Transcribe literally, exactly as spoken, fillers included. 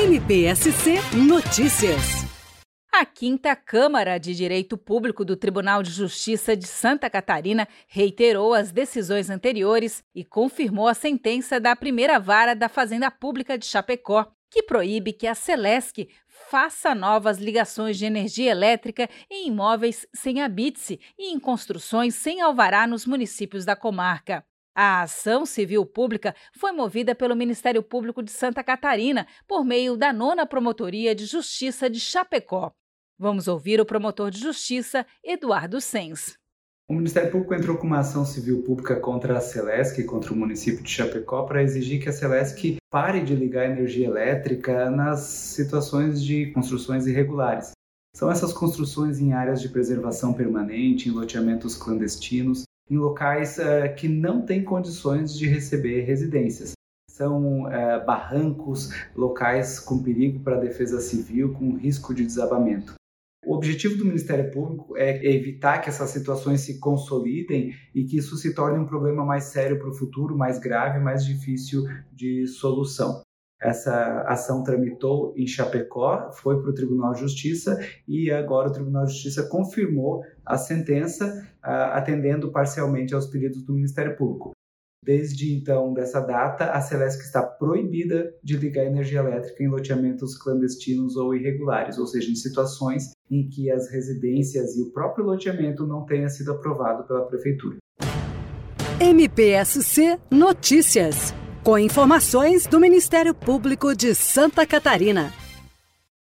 M P S C Notícias. A quinta Câmara de Direito Público do Tribunal de Justiça de Santa Catarina reiterou as decisões anteriores e confirmou a sentença da primeira vara da Fazenda Pública de Chapecó, que proíbe que a Celesc faça novas ligações de energia elétrica em imóveis sem habite-se e em construções sem alvará nos municípios da comarca. A ação civil pública foi movida pelo Ministério Público de Santa Catarina por meio da nona Promotoria de Justiça de Chapecó. Vamos ouvir o promotor de justiça, Eduardo Sens. O Ministério Público entrou com uma ação civil pública contra a Celesc, contra o município de Chapecó, para exigir que a Celesc pare de ligar energia elétrica nas situações de construções irregulares. São essas construções em áreas de preservação permanente, em loteamentos clandestinos, em locais uh, que não têm condições de receber residências. São uh, barrancos, locais com perigo para a defesa civil, com risco de desabamento. O objetivo do Ministério Público é evitar que essas situações se consolidem e que isso se torne um problema mais sério para o futuro, mais grave, mais difícil de solução. Essa ação tramitou em Chapecó, foi para o Tribunal de Justiça e agora o Tribunal de Justiça confirmou a sentença, atendendo parcialmente aos pedidos do Ministério Público. Desde então, dessa data, a Celesc está proibida de ligar energia elétrica em loteamentos clandestinos ou irregulares, ou seja, em situações em que as residências e o próprio loteamento não tenha sido aprovado pela Prefeitura. M P S C Notícias, com informações do Ministério Público de Santa Catarina.